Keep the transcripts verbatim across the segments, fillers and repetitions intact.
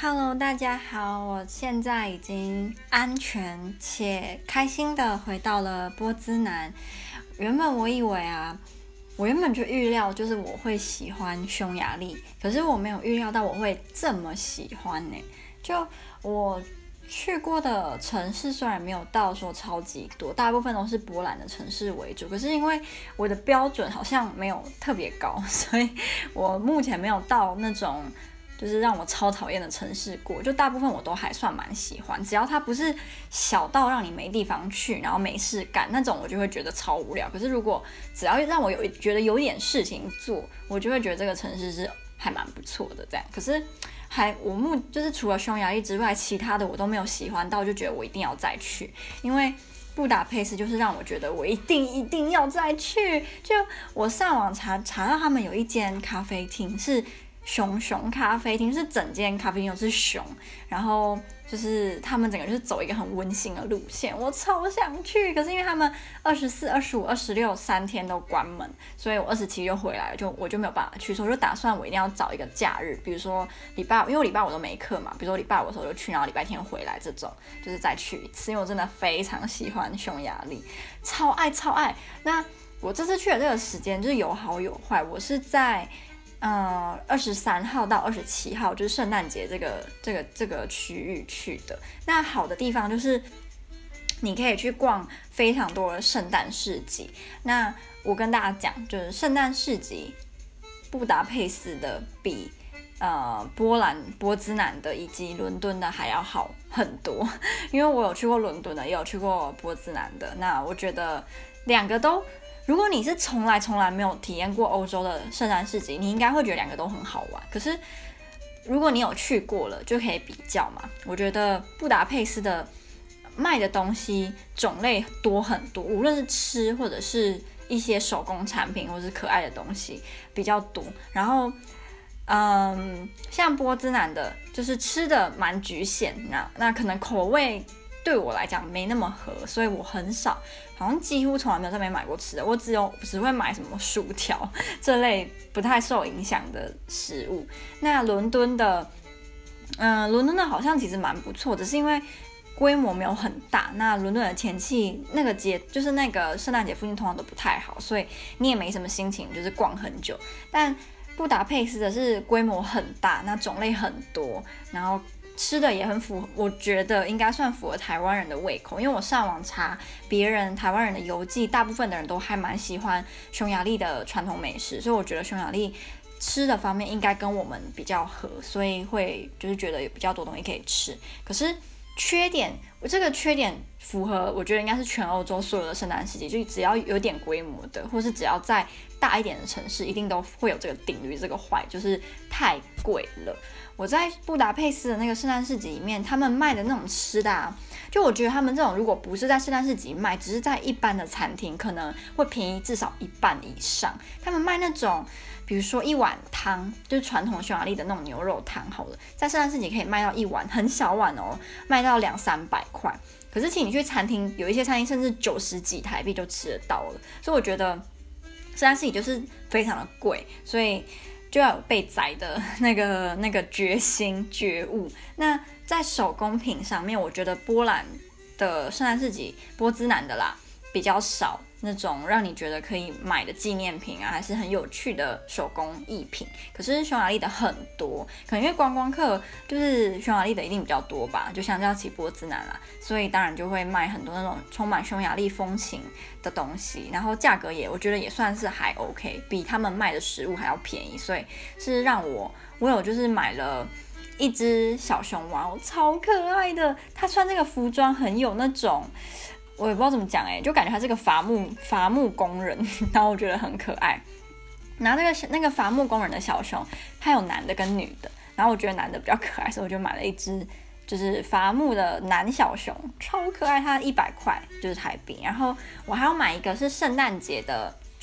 Hello，大家好，我现在已经安全且开心的回到了波兹南。原本我以为啊，我原本就预料就是我会喜欢匈牙利，可是我没有预料到我会这么喜欢呢。就我去过的城市虽然没有到说超级多，大部分都是波兰的城市为主，可是因为我的标准好像没有特别高，所以我目前没有到那种就是让我超讨厌的城市过，就大部分我都还算蛮喜欢，只要它不是小到让你没地方去，然后没事干那种，我就会觉得超无聊。可是如果只要让我有觉得有点事情做，我就会觉得这个城市是还蛮不错的这样。可是还我目就是除了匈牙利之外，其他的我都没有喜欢到，就觉得我一定要再去，因为布达佩斯就是让我觉得我一定一定要再去。就我上网查查到他们有一间咖啡厅是熊熊咖啡厅，是整间咖啡厅都是熊，然后就是他们整个就是走一个很温馨的路线，我超想去。可是因为他们二十四、二十五、二十六三天都关门，所以我二十七就回来了，就我就没有办法去，所以我就打算我一定要找一个假日，比如说礼拜，因为我礼拜我都没课嘛，比如说礼拜五的时候就去，然后礼拜天回来这种，就是再去一次，因为我真的非常喜欢匈牙利，超爱超爱。那我这次去的这个时间就是有好有坏，我是在呃，二十三号到二十七号就是圣诞节这个这个这个区域去的。那好的地方就是你可以去逛非常多的圣诞市集。那我跟大家讲，就是圣诞市集，布达佩斯的比呃波兰波兹南的以及伦敦的还要好很多，因为我有去过伦敦的，也有去过波兹南的。那我觉得两个都。如果你是从来从来没有体验过欧洲的圣诞市集，你应该会觉得两个都很好玩。可是如果你有去过了，就可以比较嘛。我觉得布达佩斯的卖的东西种类多很多，无论是吃或者是一些手工产品或是可爱的东西比较多。然后嗯，像波兹南的就是吃的蛮局限，那那可能口味对我来讲没那么合，所以我很少，好像几乎从来没有在那边买过吃的。我只有只会买什么薯条这类不太受影响的食物。那伦敦的，嗯、呃，伦敦的好像其实蛮不错，只是因为规模没有很大。那伦敦的天气，那个节就是那个圣诞节附近通常都不太好，所以你也没什么心情就是逛很久。但布达佩斯的是规模很大，那种类很多，然后吃的也很符合，我觉得应该算符合台湾人的胃口。因为我上网查别人台湾人的游记，大部分的人都还蛮喜欢匈牙利的传统美食，所以我觉得匈牙利吃的方面应该跟我们比较合，所以会就是觉得有比较多东西可以吃。可是缺点，我这个缺点符合，我觉得应该是全欧洲所有的圣诞市集，就只要有点规模的，或是只要在大一点的城市，一定都会有这个定律，这个坏就是太贵了。我在布达佩斯的那个圣诞市集里面，他们卖的那种吃的啊，就我觉得他们这种如果不是在圣诞市集卖，只是在一般的餐厅，可能会便宜至少一半以上。他们卖那种比如说一碗汤，就是传统匈牙利的那种牛肉汤好了，在圣诞市集可以卖到一碗很小碗哦，卖到两三百块。可是其实你去餐厅，有一些餐厅甚至九十几台币就吃得到了。所以我觉得圣诞市集就是非常的贵，所以就要有被宰的那个那个决心觉悟。那在手工品上面，我觉得波兰的圣诞市集，波兹南的啦，比较少那种让你觉得可以买的纪念品啊，还是很有趣的手工艺品。可是匈牙利的很多，可能因为观光客就是匈牙利的一定比较多吧，就相较起波兹南啦，所以当然就会卖很多那种充满匈牙利风情的东西，然后价格也我觉得也算是还 OK， 比他们卖的食物还要便宜，所以是让我我有就是买了一只小熊玩偶，超可爱的，它穿这个服装很有那种。我也不知道怎么讲哎，就感觉他是个伐木伐木工人，然后我觉得很可爱。然后那个那个伐木工人的小熊，它有男的跟女的，然后我觉得男的比较可爱，所以我就买了一只就是伐木的男小熊，超可爱，它一百块就是台币。然后我还要买一个是圣诞节的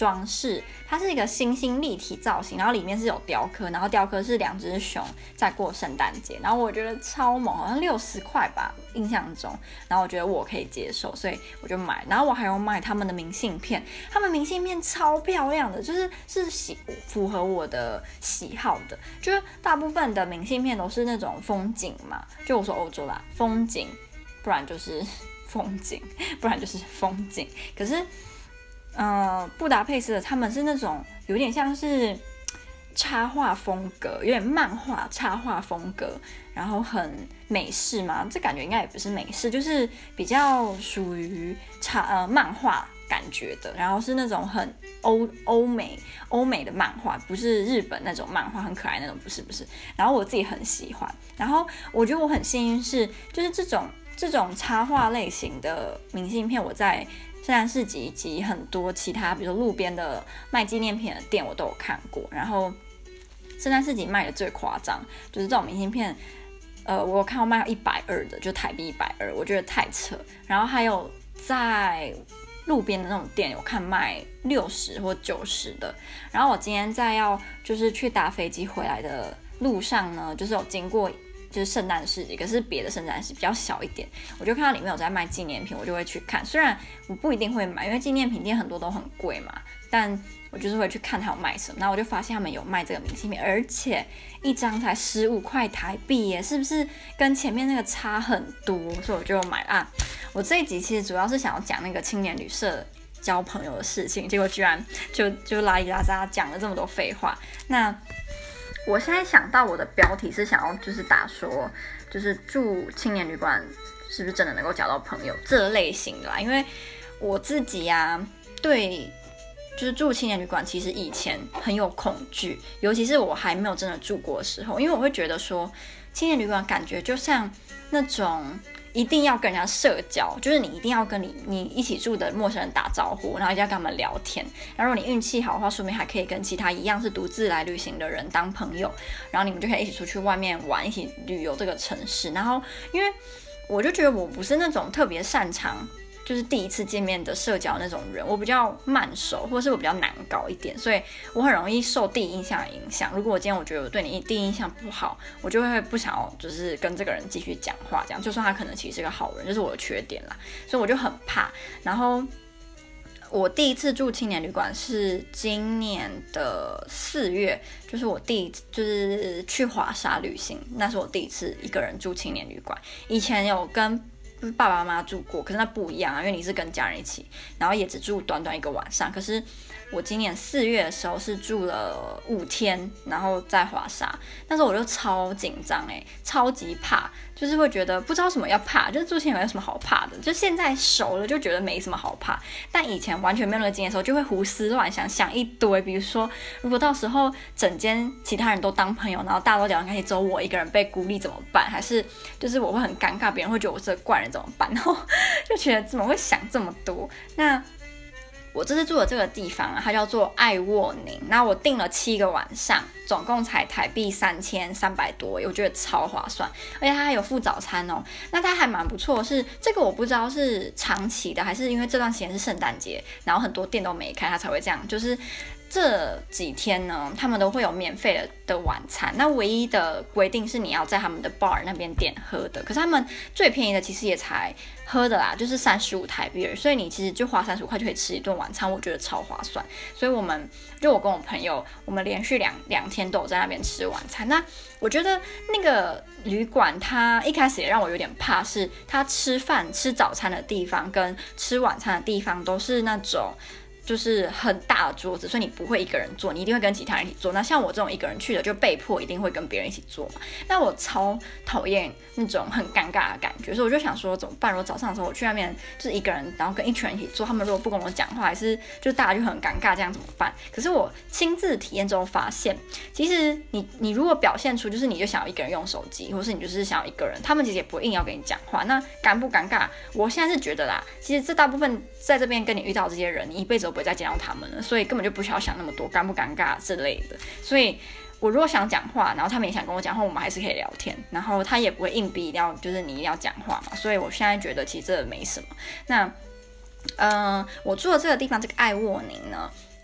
装饰，它是一个星星立体造型，然后里面是有雕刻，然后雕刻是两只熊在过圣诞节，然后我觉得超猛，好像六十块吧，印象中，然后我觉得我可以接受，所以我就买，然后我还有买他们的明信片，他们明信片超漂亮的，就是是喜符合我的喜好的，就是大部分的明信片都是那种风景嘛，就我说欧洲啦，风景，不然就是风景，不然就是风景，可是。呃，布达佩斯的他们是那种有点像是插画风格，有点漫画插画风格，然后很美式嘛，这感觉应该也不是美式，就是比较属于插呃漫画感觉的，然后是那种很欧欧美欧美的漫画，不是日本那种漫画很可爱那种，不是不是。然后我自己很喜欢，然后我觉得我很幸运是，就是这种这种插画类型的明信片，我在圣诞市集以及很多其他，比如说路边的卖纪念品的店，我都有看过。然后圣诞市集卖的最夸张，就是这种明信片，呃，我有看到卖到一百二的，就台币一百二，我觉得太扯。然后还有在路边的那种店，有看卖六十或九十的。然后我今天在要就是去搭飞机回来的路上呢，就是有经过。就是圣诞市集，可是别的圣诞市比较小一点，我就看到里面有在卖纪念品，我就会去看。虽然我不一定会买，因为纪念品店很多都很贵嘛，但我就是会去看它有卖什么。然后我就发现他们有卖这个明信片，而且一张才十五块台币耶，是不是跟前面那个差很多？所以我就买了啊。我这一集其实主要是想要讲那个青年旅社交朋友的事情，结果居然就就拉里拉扎讲了这么多废话。那我现在想到我的标题是想要就是打说，就是住青年旅馆是不是真的能够交到朋友这类型的啦，因为我自己啊对就是住青年旅馆其实以前很有恐惧，尤其是我还没有真的住过的时候，因为我会觉得说青年旅馆感觉就像那种一定要跟人家社交，就是你一定要跟你你一起住的陌生人打招呼，然后一定要跟他们聊天。然后如果你运气好的话，说明还可以跟其他一样是独自来旅行的人当朋友，然后你们就可以一起出去外面玩，一起旅游这个城市。然后因为我就觉得我不是那种特别擅长就是第一次见面的社交那种人，我比较慢熟，或者是我比较难搞一点，所以我很容易受第一印象的影响。如果我今天我觉得我对你第一印象不好，我就会不想要就是跟这个人继续讲话，这样就算他可能其实是个好人，这、就是我的缺点啦，所以我就很怕。然后我第一次住青年旅馆是今年的四月，就是我第一就是去华沙旅行，那是我第一次一个人住青年旅馆。以前有跟爸爸妈妈住过，可是那不一样啊，因为你是跟家人一起，然后也只住短短一个晚上。可是我今年四月的时候是住了五天，然后在华沙，那时候我就超紧张哎，超级怕，就是会觉得不知道什么要怕，就是住青年有什么好怕的，就现在熟了就觉得没什么好怕，但以前完全没有那个经验的时候，就会胡思乱想，想一堆，比如说如果到时候整间其他人都当朋友，然后大家都聊得开心，只有我一个人被孤立怎么办？还是就是我会很尴尬，别人会觉得我是个怪人怎么办？然后就觉得怎么会想这么多？那我这次住的这个地方啊，它叫做爱沃宁。那我订了七个晚上，总共才台币三千三百多，我觉得超划算。而且它还有附早餐哦。那它还蛮不错的是，这个我不知道是长期的，还是因为这段时间是圣诞节，然后很多店都没开，它才会这样。就是这几天呢，他们都会有免费的的晚餐。那唯一的规定是你要在他们的 bar 那边点喝的。可是他们最便宜的其实也才喝的啦，就是三十五台币而已，所以你其实就花三十五块就可以吃一顿晚餐，我觉得超划算。所以我们就我跟我朋友，我们连续两两天都有在那边吃晚餐。那我觉得那个旅馆它一开始也让我有点怕，是它吃饭吃早餐的地方跟吃晚餐的地方都是那种就是很大的桌子，所以你不会一个人坐，你一定会跟其他人一起坐。那像我这种一个人去的，就被迫一定会跟别人一起坐嘛。那我超讨厌那种很尴尬的感觉，所以我就想说怎么办？如果早上的时候我去那边就是一个人，然后跟一群人一起坐，他们如果不跟我讲话，还是就大家就很尴尬，这样怎么办？可是我亲自体验之后发现，其实你你如果表现出就是你就想要一个人用手机，或是你就是想要一个人，他们其实也不会硬要跟你讲话。那尴不尴尬？我现在是觉得啦，其实这大部分在这边跟你遇到这些人，你一辈子都不会再见到他们了，所以根本就不需要想那么多尴不尴尬之类的。所以我如果想讲话，然后他们也想跟我讲话，我们还是可以聊天，然后他也不会硬逼一定要就是你一定要讲话嘛。所以我现在觉得其实这没什么。那嗯、呃，我住的这个地方这个爱沃宁呢，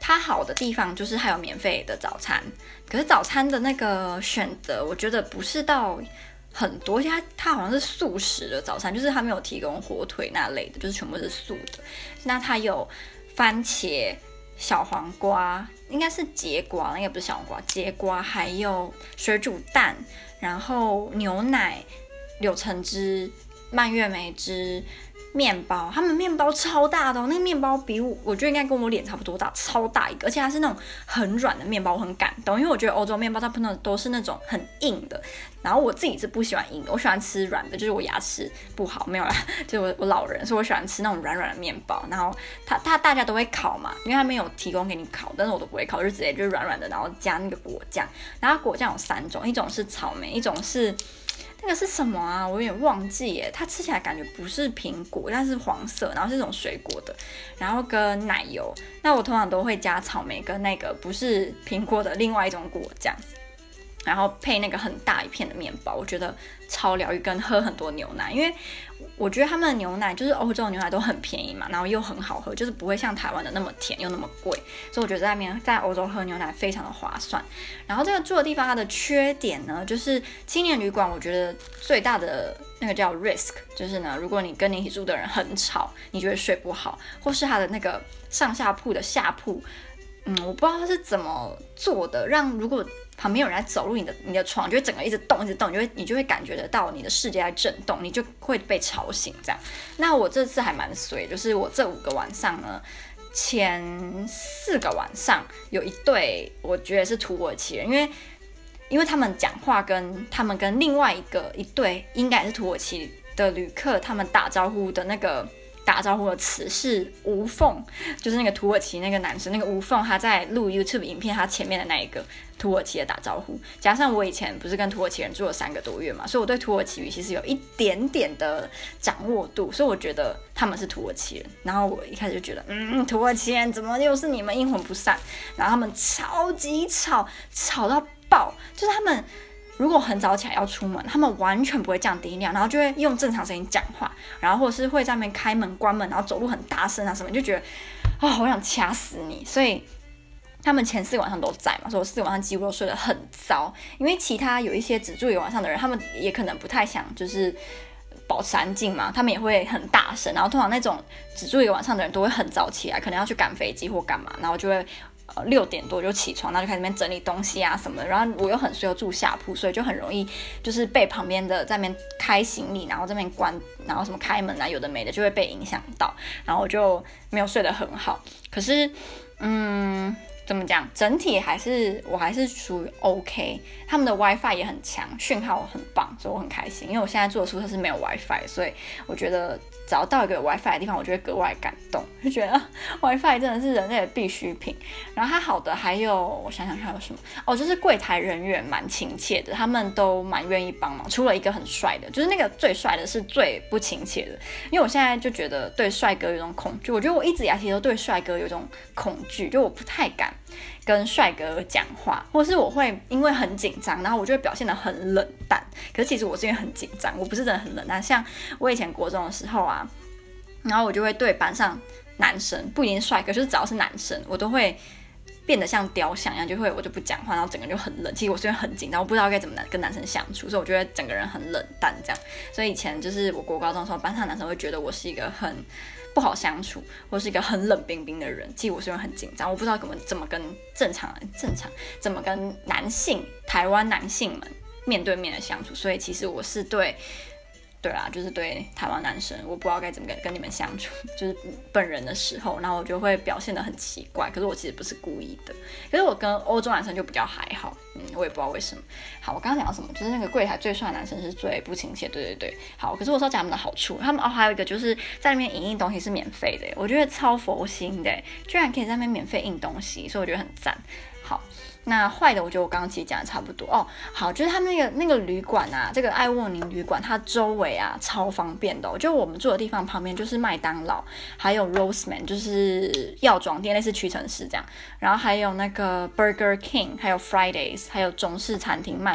它好的地方就是还有免费的早餐，可是早餐的那个选择，我觉得不是到很多，而且它它好像是素食的早餐，就是它没有提供火腿那类的，就是全部是素的。那它有番茄、小黄瓜，应该是节瓜，应该不是小黄瓜，节瓜，还有水煮蛋，然后牛奶、柳橙汁、蔓越莓汁。面包，他们面包超大的哦，那个面包比我，我觉得应该跟我脸差不多大，超大一个，而且它是那种很软的面包，我很感动，因为我觉得欧洲面包大部分都是那种很硬的，然后我自己是不喜欢硬的，我喜欢吃软的，就是我牙齿不好，没有啦，就是我我老人，所以我喜欢吃那种软软的面包，然后它它大家都会烤嘛，因为它没有提供给你烤，但是我都不会烤，就直接就是软软的，然后加那个果酱，然后果酱有三种，一种是草莓，一种是。那个是什么啊？我有点忘记耶。它吃起来感觉不是苹果，但是黄色，然后是这种水果的，然后跟奶油。那我通常都会加草莓跟那个不是苹果的另外一种果酱，然后配那个很大一片的面包，我觉得超疗愈，跟喝很多牛奶，因为我觉得他们的牛奶就是欧洲的牛奶都很便宜嘛，然后又很好喝，就是不会像台湾的那么甜又那么贵，所以我觉得在那边在欧洲喝牛奶非常的划算。然后这个住的地方它的缺点呢，就是青年旅馆，我觉得最大的那个叫 risk， 就是呢，如果你跟你一起住的人很吵，你就会睡不好，或是它的那个上下铺的下铺。嗯，我不知道他是怎么做的，让如果旁边有人在走路，你的你的床就会整个一直动，一直动，你就会你就会感觉得到你的世界在震动，你就会被吵醒这样。那我这次还蛮衰，就是我这五个晚上呢，前四个晚上有一对我觉得是土耳其人，因为因为他们讲话跟他们跟另外一个一对应该也是土耳其的旅客，他们打招呼的那个。打招呼的词是无缝，就是那个土耳其那个男生，那个无缝他在录 YouTube 影片，他前面的那一个土耳其的打招呼，加上我以前不是跟土耳其人住了三个多月嘛，所以我对土耳其语其实有一点点的掌握度，所以我觉得他们是土耳其人。然后我一开始就觉得，嗯，土耳其人怎么又是你们阴魂不散？然后他们超级吵，吵到爆，就是他们。如果很早起来要出门，他们完全不会降低量，然后就会用正常声音讲话，然后或者是会在那边开门关门，然后走路很大声啊什么，你就觉得啊、哦，我想掐死你。所以他们前四个晚上都在嘛，所以我四个晚上几乎都睡得很糟。因为其他有一些只住一个晚上的人，他们也可能不太想就是保持安静嘛，他们也会很大声。然后通常那种只住一个晚上的人都会很早起来，可能要去赶飞机或干嘛，然后就会。呃，六点多就起床，然后就开始那边整理东西啊什么的。然后我又很适合住下铺，所以就很容易就是被旁边的在那边开行李，然后这边关，然后什么开门啊，有的没的就会被影响到，然后我就没有睡得很好。可是，嗯。怎么讲？整体还是我还是属于 OK， 他们的 WiFi 也很强，讯号很棒，所以我很开心。因为我现在住的宿舍是没有 WiFi， 所以我觉得只要到一个有 WiFi 的地方，我就会格外感动，就觉得 WiFi 真的是人类的必需品。然后它好的还有，我想想看有什么哦，就是柜台人员蛮亲切的，他们都蛮愿意帮忙。除了一个很帅的，就是那个最帅的是最不亲切的，因为我现在就觉得对帅哥有种恐惧，我觉得我一直以来其实都对帅哥有一种恐惧，就我不太敢。跟帅哥讲话，或是我会因为很紧张，然后我就会表现得很冷淡。可是其实我是因为很紧张，我不是真的很冷淡。像我以前国中的时候啊，然后我就会对班上男生，不一定是帅哥，就是只要是男生，我都会变得像雕像一样，就会我就不讲话，然后整个人就很冷。其实我是因为很紧张，我不知道该怎么跟男生相处，所以我觉得整个人很冷淡这样。所以以前就是我国高中的时候，班上的男生会觉得我是一个很不好相处，或是一个很冷冰冰的人。其实我是因为很紧张，我不知道怎么怎么跟正常正常怎么跟男性台湾男性们面对面的相处，所以其实我是对。对啦，就是对台湾男生，我不知道该怎么跟跟你们相处，就是本人的时候，然后我就会表现得很奇怪，可是我其实不是故意的，可是我跟欧洲男生就比较还好，嗯，我也不知道为什么。好，我刚刚讲到什么？就是那个柜台最帅的男生是最不亲切，对对对。好，可是我说讲他们的好处，他们哦还有一个就是在那边影印东西是免费的，我觉得超佛心的，居然可以在那边免费印东西，所以我觉得很赞。好。那坏的，我觉得我刚刚其实讲的差不多哦。好，就是他们那个那个旅馆啊，这个艾沃宁旅馆，它周围啊超方便的、哦。就我们住的地方旁边就是麦当劳，还有 Roseman， 就是药妆店，类似屈臣氏这样。然后还有那个 Burger King， 还有 Fridays， 还有中式餐厅卖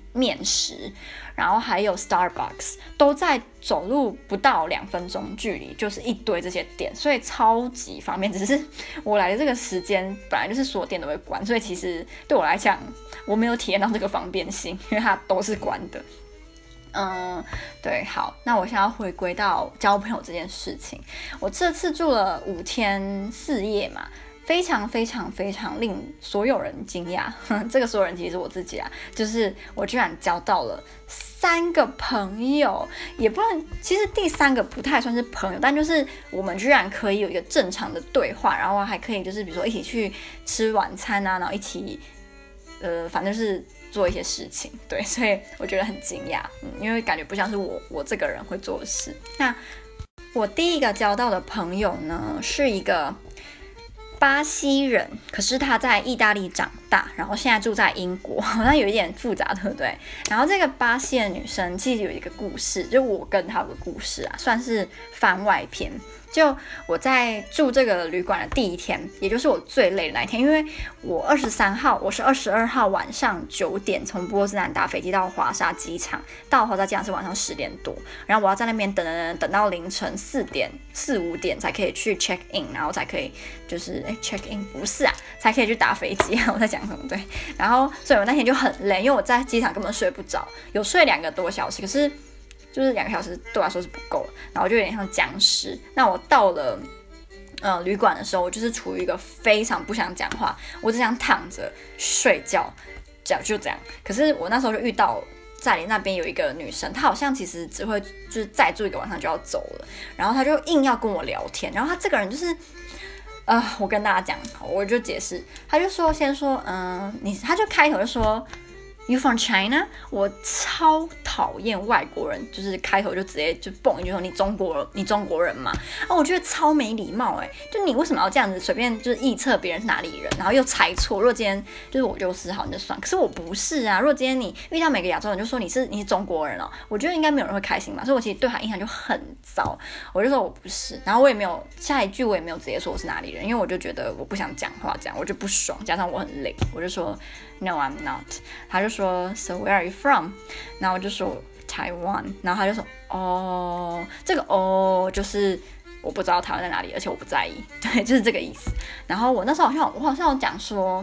面食，然后还有 Starbucks 都在走路不到两分钟距离，就是一堆这些店，所以超级方便。只是我来的这个时间本来就是所有店都会关，所以其实对我来讲我没有体验到这个方便性，因为它都是关的。嗯，对，好，那我现在要回归到交朋友这件事情。我这次住了五天四夜嘛，非常非常非常令所有人惊讶。这个所有人其实是我自己啊，就是我居然交到了三个朋友，也不能，其实第三个不太算是朋友，但就是我们居然可以有一个正常的对话，然后还可以就是比如说一起去吃晚餐啊，然后一起，呃，反正是做一些事情，对，所以我觉得很惊讶，嗯，因为感觉不像是我我这个人会做的事。那我第一个交到的朋友呢，是一个巴西人，可是他在意大利长大，然后现在住在英国，好像有一点复杂，对不对？然后这个巴西的女生其实有一个故事，就我跟她有个故事啊，算是番外篇。就我在住这个旅馆的第一天，也就是我最累的那一天，因为我二十三号，我是二十二号晚上九点从波兹南搭飞机到华沙机场，到华沙机场是晚上十点多，然后我要在那边等等等等到凌晨四点四五点才可以去 check in， 然后才可以就是哎 check in 不是啊，才可以去搭飞机。我在讲什么？对，然后所以我那天就很累，因为我在机场根本睡不着，有睡两个多小时，可是就是两个小时对我来说是不够的，然后就有点像僵尸。那我到了呃旅馆的时候，我就是处于一个非常不想讲话，我只想躺着睡觉，这样就这样。可是我那时候就遇到在那边有一个女生，她好像其实只会就是再住一个晚上就要走了，然后她就硬要跟我聊天，然后她这个人就是。呃，我跟大家讲，我就解释，她就说先说，嗯、呃，你，她就开头就说。You from China？ 我超讨厌外国人，就是开头就直接就蹦一句说你中国你中国人嘛，啊，我觉得超没礼貌哎、欸，就你为什么要这样子随便就是臆测别人是哪里人，然后又猜错？如果今天就是我就是好你就算，可是我不是啊。如果今天你遇到每个亚洲人就说你是你是中国人哦，我觉得应该没有人会开心嘛，所以我其实对他印象就很糟，我就说我不是，然后我也没有下一句我也没有直接说我是哪里人，因为我就觉得我不想讲话，这样我就不爽，加上我很累，我就说 No I'm not， 他就说。说 So where are you from？ 然后我就说 Taiwan， 然后他就说哦，这个哦就是我不知道台湾在哪里，而且我不在意，对，就是这个意思。然后我那时候好像我好像有讲说，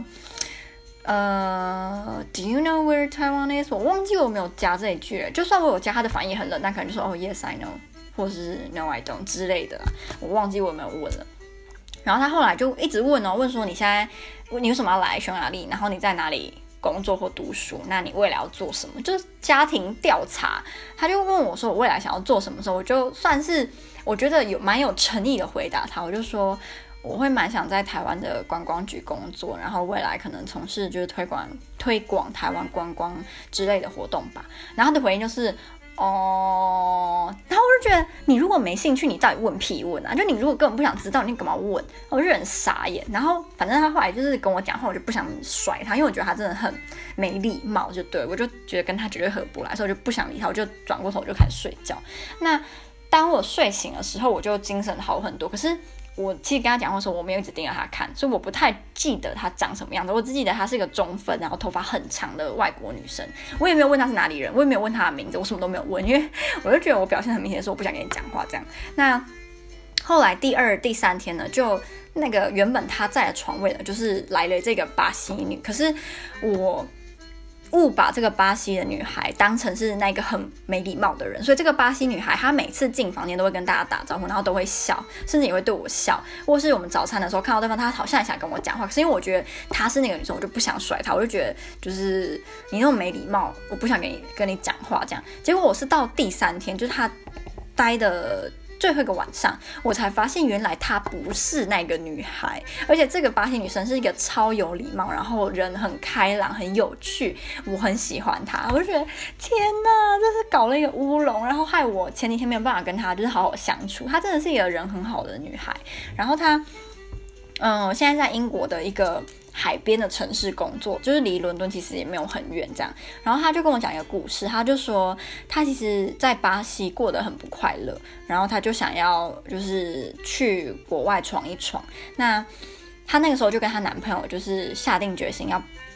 呃 ，Do you know where Taiwan is？ 我忘记我有没有加这一句了，就算我有加，他的反应也很冷，但可能就说哦 Yes I know， 或是 No I don't 之类的啦，我忘记我有没有问了。然后他后来就一直问哦，问说你现在你为什么要来匈牙利？然后你在哪里工作或读书？那你未来要做什么？就是家庭调查。他就问我说我未来想要做什么时候，我就算是我觉得有蛮有诚意的回答他，我就说我会蛮想在台湾的观光局工作，然后未来可能从事就是推广推广台湾观光之类的活动吧。然后他的回应就是哦，然后我就觉得你如果没兴趣，你到底问屁问啊？就你如果根本不想知道，你干嘛问？我就很傻眼。然后反正他后来就是跟我讲话，我就不想甩他，因为我觉得他真的很没礼貌，就对我就觉得跟他绝对合不来，所以我就不想理他，我就转过头就开始睡觉。那当我睡醒的时候，我就精神好很多。可是我其实跟他讲话的时候，我没有一直盯着他看，所以我不太记得他长什么样子。我只记得他是一个中分，然后头发很长的外国女生。我也没有问他是哪里人，我也没有问他的名字，我什么都没有问，因为我就觉得我表现很明显的时候，我不想跟你讲话这样。那后来第二、第三天呢，就那个原本他在的床位呢，就是来了这个巴西女，可是我误把这个巴西的女孩当成是那个很没礼貌的人，所以这个巴西女孩她每次进房间都会跟大家打招呼，然后都会笑，甚至也会对我笑，或是我们早餐的时候看到对方，她好像也想跟我讲话，可是因为我觉得她是那个女生，我就不想甩她，我就觉得就是你那种没礼貌，我不想跟你跟你讲话这样。结果我是到第三天，就是她待的最后一个晚上，我才发现原来她不是那个女孩，而且这个巴西女生是一个超有礼貌，然后人很开朗很有趣，我很喜欢她。我就觉得天哪，这是搞了一个乌龙，然后害我前几天没有办法跟她就是好好相处。她真的是一个人很好的女孩，然后她嗯，现在在英国的一个海边的城市工作，就是离伦敦其实也没有很远这样。然后他就跟我讲一个故事，他就说他其实在巴西过得很不快乐，然后他就想要就是去国外闯一闯。那他那个时候就跟他男朋友就是下定决心要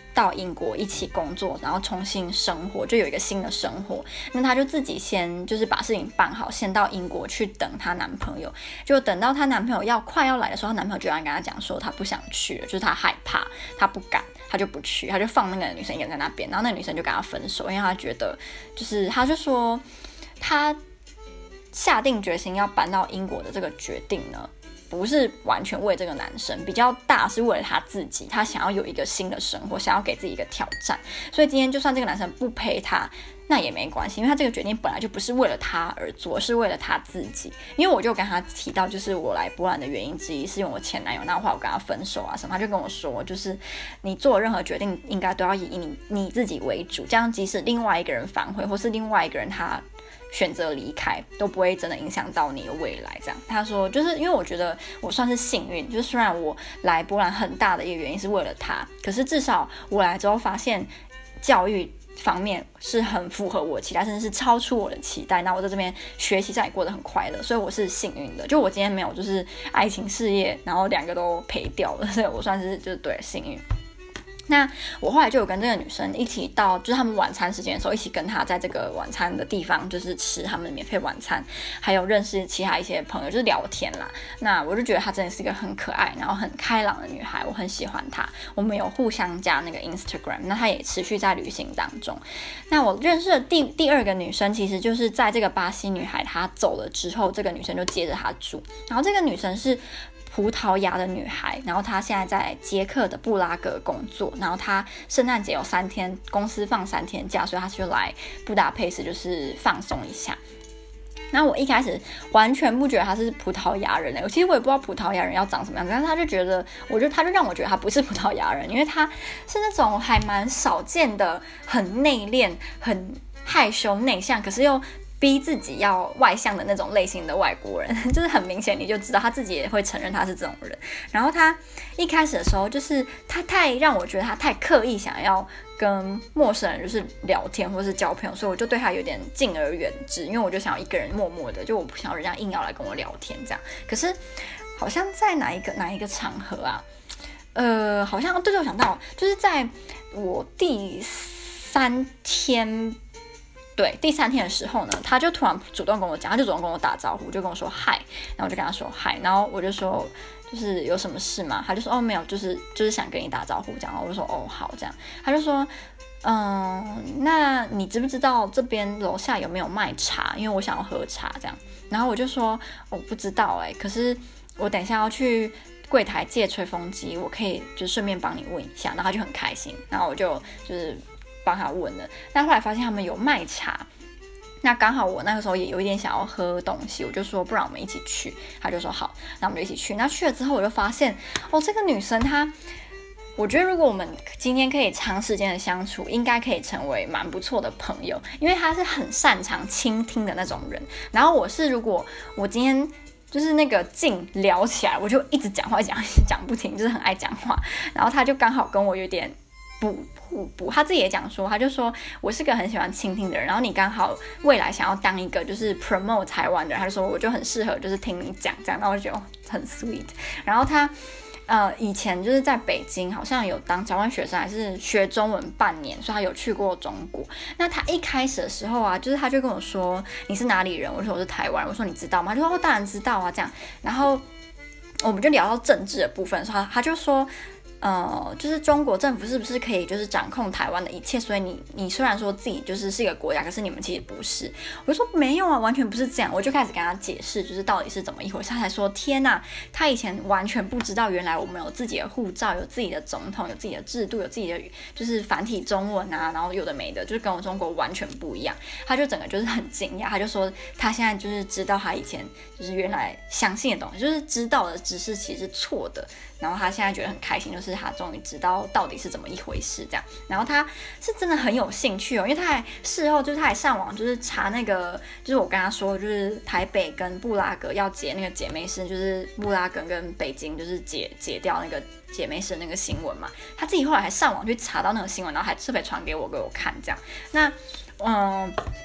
到英国一起工作，然后重新生活，就有一个新的生活。那她就自己先就是把事情办好，先到英国去等她男朋友。就等到她男朋友要快要来的时候，她男朋友居然跟她讲说他不想去了，就是他害怕，他不敢，他就不去，他就放那个女生一个人在那边。然后那个女生就跟他分手，因为他觉得就是他就说他下定决心要搬到英国的这个决定呢，不是完全为这个男生，比较大是为了他自己，他想要有一个新的生活，想要给自己一个挑战。所以今天就算这个男生不陪他，那也没关系，因为他这个决定本来就不是为了他而做，是为了他自己。因为我就跟他提到，就是我来波兰的原因之一是因为我前男友，那后来我跟他分手啊什么，他就跟我说，就是你做任何决定应该都要以你你自己为主，这样即使另外一个人反悔，或是另外一个人他选择离开，都不会真的影响到你的未来。这样他说，就是因为我觉得我算是幸运，就是虽然我来波兰很大的一个原因是为了他，可是至少我来之后发现教育方面是很符合我的期待，甚至是超出我的期待。那我在这边学习上也过得很快乐，所以我是幸运的。就我今天没有就是爱情事业，然后两个都赔掉了，所以我算是就是对幸运。那我后来就有跟这个女生一起到，就是他们晚餐时间的时候，一起跟她在这个晚餐的地方，就是吃他们的免费晚餐，还有认识其他一些朋友，就是聊天啦。那我就觉得她真的是一个很可爱，然后很开朗的女孩，我很喜欢她。我们有互相加那个 Instagram， 那她也持续在旅行当中。那我认识的第第二个女生，其实就是在这个巴西女孩她走了之后，这个女生就接着她住，然后这个女生是葡萄牙的女孩，然后她现在在捷克的布拉格工作，然后她圣诞节有三天，公司放三天假，所以她就来布达佩斯就是放松一下。那我一开始完全不觉得他是葡萄牙人欸，其实我也不知道葡萄牙人要长什么样子，但是他就觉得，我觉得他就让我觉得他不是葡萄牙人，因为他是那种还蛮少见的，很内敛、很害羞、内向，可是又逼自己要外向的那种类型的外国人，就是很明显你就知道他自己也会承认他是这种人。然后他一开始的时候，就是他太让我觉得他太刻意想要跟陌生人就是聊天或是交朋友，所以我就对他有点敬而远之，因为我就想要一个人默默的，就我不想要人家硬要来跟我聊天这样。可是好像在哪一个哪一个场合啊，呃，好像对对，我想到就是在我第三天。对，第三天的时候呢，他就突然主动跟我讲，他就主动跟我打招呼，就跟我说嗨，然后我就跟他说嗨，然后我就说就是有什么事吗？他就说哦没有，就是就是想跟你打招呼这样，我就说哦好这样，他就说嗯，那你知不知道这边楼下有没有卖茶？因为我想要喝茶这样，然后我就说我、哦、不知道哎，可是我等一下要去柜台借吹风机，我可以就顺便帮你问一下，然后他就很开心，然后我就就是帮他问了，但后来发现他们有卖茶，那刚好我那个时候也有一点想要喝东西，我就说不然我们一起去，他就说好，那我们就一起去。那去了之后我就发现，哦，这个女生她，我觉得如果我们今天可以长时间的相处，应该可以成为蛮不错的朋友，因为她是很擅长倾听的那种人。然后我是如果我今天就是那个劲聊起来，我就一直讲话，讲讲不停，就是很爱讲话。然后她就刚好跟我有点不互补，他自己也讲说，他就说我是个很喜欢倾听的人，然后你刚好未来想要当一个就是 promote 台湾的人，他就说我就很适合就是听你讲这样，然后我就觉得、哦、很 sweet。然后他呃以前就是在北京好像有当交换学生，还是学中文半年，所以他有去过中国。那他一开始的时候啊，就是他就跟我说你是哪里人，我说我是台湾人，我说你知道吗？他就说我当然知道啊这样。然后我们就聊到政治的部分的时候，他就说呃，就是中国政府是不是可以就是掌控台湾的一切？所以你你虽然说自己就是是一个国家，可是你们其实不是。我就说没有啊，完全不是这样。我就开始跟他解释，就是到底是怎么一回事。他才说天哪，他以前完全不知道，原来我们有自己的护照，有自己的总统，有自己的制度，有自己的就是繁体中文啊，然后有的没的，就是跟我中国完全不一样。他就整个就是很惊讶，他就说他现在就是知道他以前就是原来相信的东西，就是知道的知识其实是错的。然后他现在觉得很开心，就是他终于知道到底是怎么一回事这样。然后他是真的很有兴趣哦，因为他还事后就是他还上网就是查那个，就是我跟他说就是台北跟布拉格要结那个姐妹市，就是布拉格跟北京就是解解掉那个姐妹市那个新闻嘛。他自己后来还上网去查到那个新闻，然后还特别传给我给我看这样。那嗯。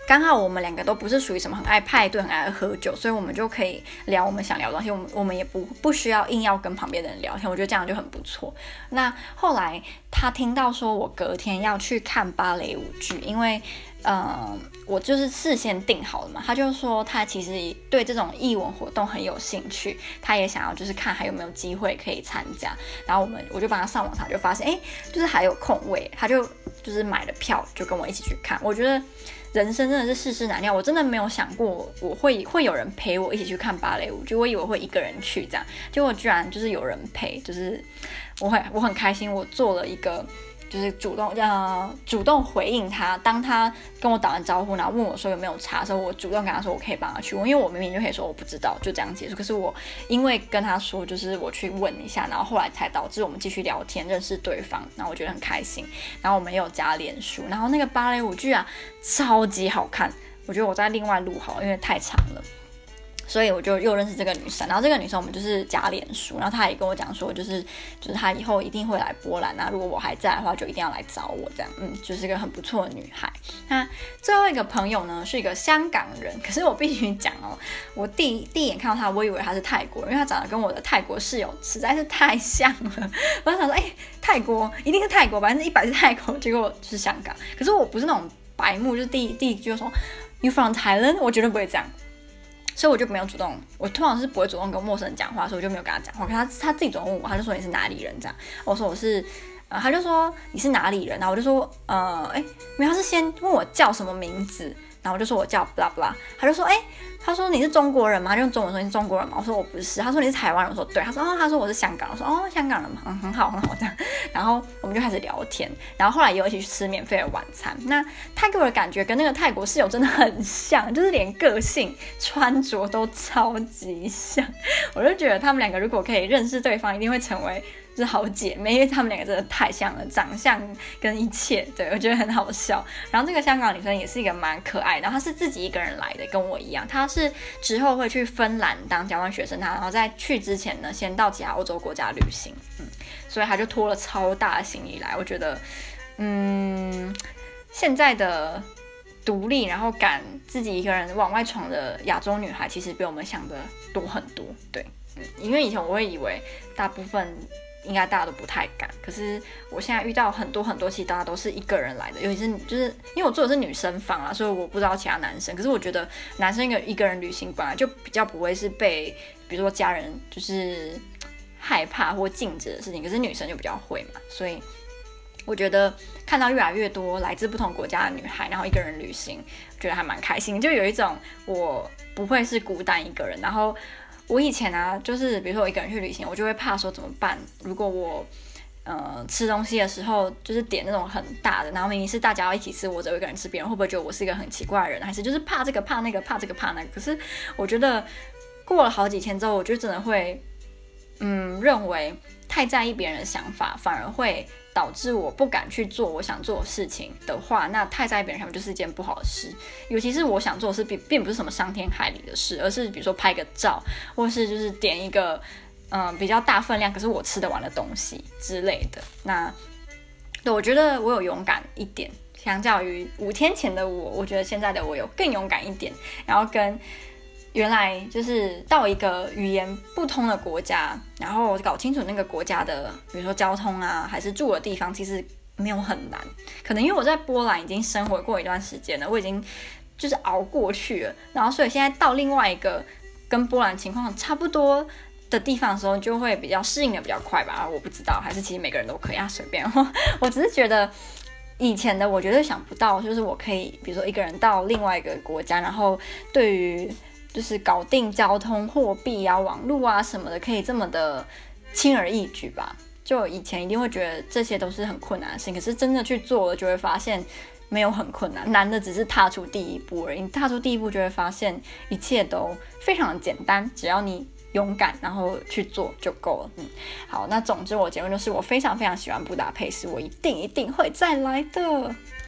刚好我们两个都不是属于什么很爱派对、很爱喝酒，所以我们就可以聊我们想聊的东西。我们我们也不不需要硬要跟旁边的人聊天，我觉得这样就很不错。那后来他听到说我隔天要去看芭蕾舞剧，因为呃我就是事先定好了嘛，他就说他其实对这种艺文活动很有兴趣，他也想要就是看还有没有机会可以参加。然后我们我就帮他上网查，就发现哎，就是还有空位，他就就是买了票，就跟我一起去看。我觉得人生真的是世事难料，我真的没有想过我会会有人陪我一起去看芭蕾舞，就我以为会一个人去这样，结果居然就是有人陪，就是我很我很开心，我做了一个就是主动呃主动回应他，当他跟我打完招呼，然后问我说有没有差的时候，我主动跟他说我可以帮他去问，因为我明明就可以说我不知道，就这样结束。可是我因为跟他说，就是我去问一下，然后后来才导致我们继续聊天，认识对方，然后我觉得很开心。然后我们也有加脸书，然后那个芭蕾舞剧啊，超级好看，我觉得我再另外录好，因为太长了。所以我就又认识这个女生，然后这个女生我们就是加脸书，然后她也跟我讲说，就是就是她以后一定会来波兰啊，如果我还在的话，就一定要来找我这样，嗯，就是一个很不错的女孩。那最后一个朋友呢是一个香港人，可是我必须讲哦，我第第一眼看到她，我以为她是泰国人，因为她长得跟我的泰国室友实在是太像了，我就想说，哎、欸，泰国一定是泰国，百分之一百是泰国，结果就是香港。可是我不是那种白目，就是第第一句就说 You from Thailand， 我绝对不会这样。所以我就没有主动，我通常是不会主动跟陌生人讲话，所以我就没有跟他讲话。可是他他自己主动问我，他就说你是哪里人这样，我说我是，呃，他就说你是哪里人，然后我就说呃，哎，没有，他是先问我叫什么名字，然后我就说我叫 blah blah， 他就说哎，他说你是中国人吗？他就用中文说你是中国人吗？我说我不是，他说你是台湾人，我说对，他说哦，他说我是香港人，我说哦香港人嘛，嗯，很好很好这样，然后我们就开始聊天，然后后来也有一起去吃免费的晚餐。那他给我的感觉跟那个泰国室友真的很像，就是连个性穿着都超级像，我就觉得他们两个如果可以认识对方，一定会成为就是好姐妹，因为他们两个真的太像了，长相跟一切，对，我觉得很好笑。然后这个香港女生也是一个蛮可爱的，然后她是自己一个人来的，跟我一样，她是之后会去芬兰当交换学生，她然后在去之前呢，先到其他欧洲国家旅行，嗯，所以她就拖了超大的行李来。我觉得，嗯，现在的独立，然后敢自己一个人往外闯的亚洲女孩，其实比我们想的多很多，对，嗯，因为以前我会以为大部分应该大家都不太敢，可是我现在遇到很多很多，其实大家都是一个人来的，尤其是就是因为我做的是女生房啦，所以我不知道其他男生，可是我觉得男生一个一个人旅行本来就比较不会是被比如说家人就是害怕或禁止的事情，可是女生就比较会嘛，所以我觉得看到越来越多来自不同国家的女孩，然后一个人旅行，觉得还蛮开心，就有一种我不会是孤单一个人，然后我以前啊，就是比如说我一个人去旅行，我就会怕说怎么办？如果我呃吃东西的时候就是点那种很大的，然后明明是大家要一起吃，我只有一个人吃，别人会不会觉得我是一个很奇怪的人？还是就是怕这个怕那个怕这个怕那个？可是我觉得过了好几天之后，我就真的会嗯认为太在意别人的想法，反而会导致我不敢去做我想做的事情的话，那太在意别人想法就是一件不好的事。尤其是我想做的事并并不是什么伤天害理的事，而是比如说拍个照，或是就是点一个嗯、呃、比较大分量可是我吃得完的东西之类的。那对，我觉得我有勇敢一点，相较于五天前的我，我觉得现在的我有更勇敢一点，然后跟原来就是到一个语言不通的国家，然后搞清楚那个国家的比如说交通啊还是住的地方，其实没有很难，可能因为我在波兰已经生活过一段时间了，我已经就是熬过去了，然后所以现在到另外一个跟波兰情况差不多的地方的时候，就会比较适应的比较快吧，我不知道，还是其实每个人都可以啊，随便我只是觉得以前的我绝对想不到，就是我可以比如说一个人到另外一个国家，然后对于就是搞定交通、货币啊、网络啊什么的，可以这么的轻而易举吧。就以前一定会觉得这些都是很困难的事情，可是真的去做了，就会发现没有很困难，难的只是踏出第一步而已。你踏出第一步，就会发现一切都非常的简单，只要你勇敢，然后去做就够了。嗯，好，那总之我结论就是，我非常非常喜欢布达佩斯，我一定一定会再来的。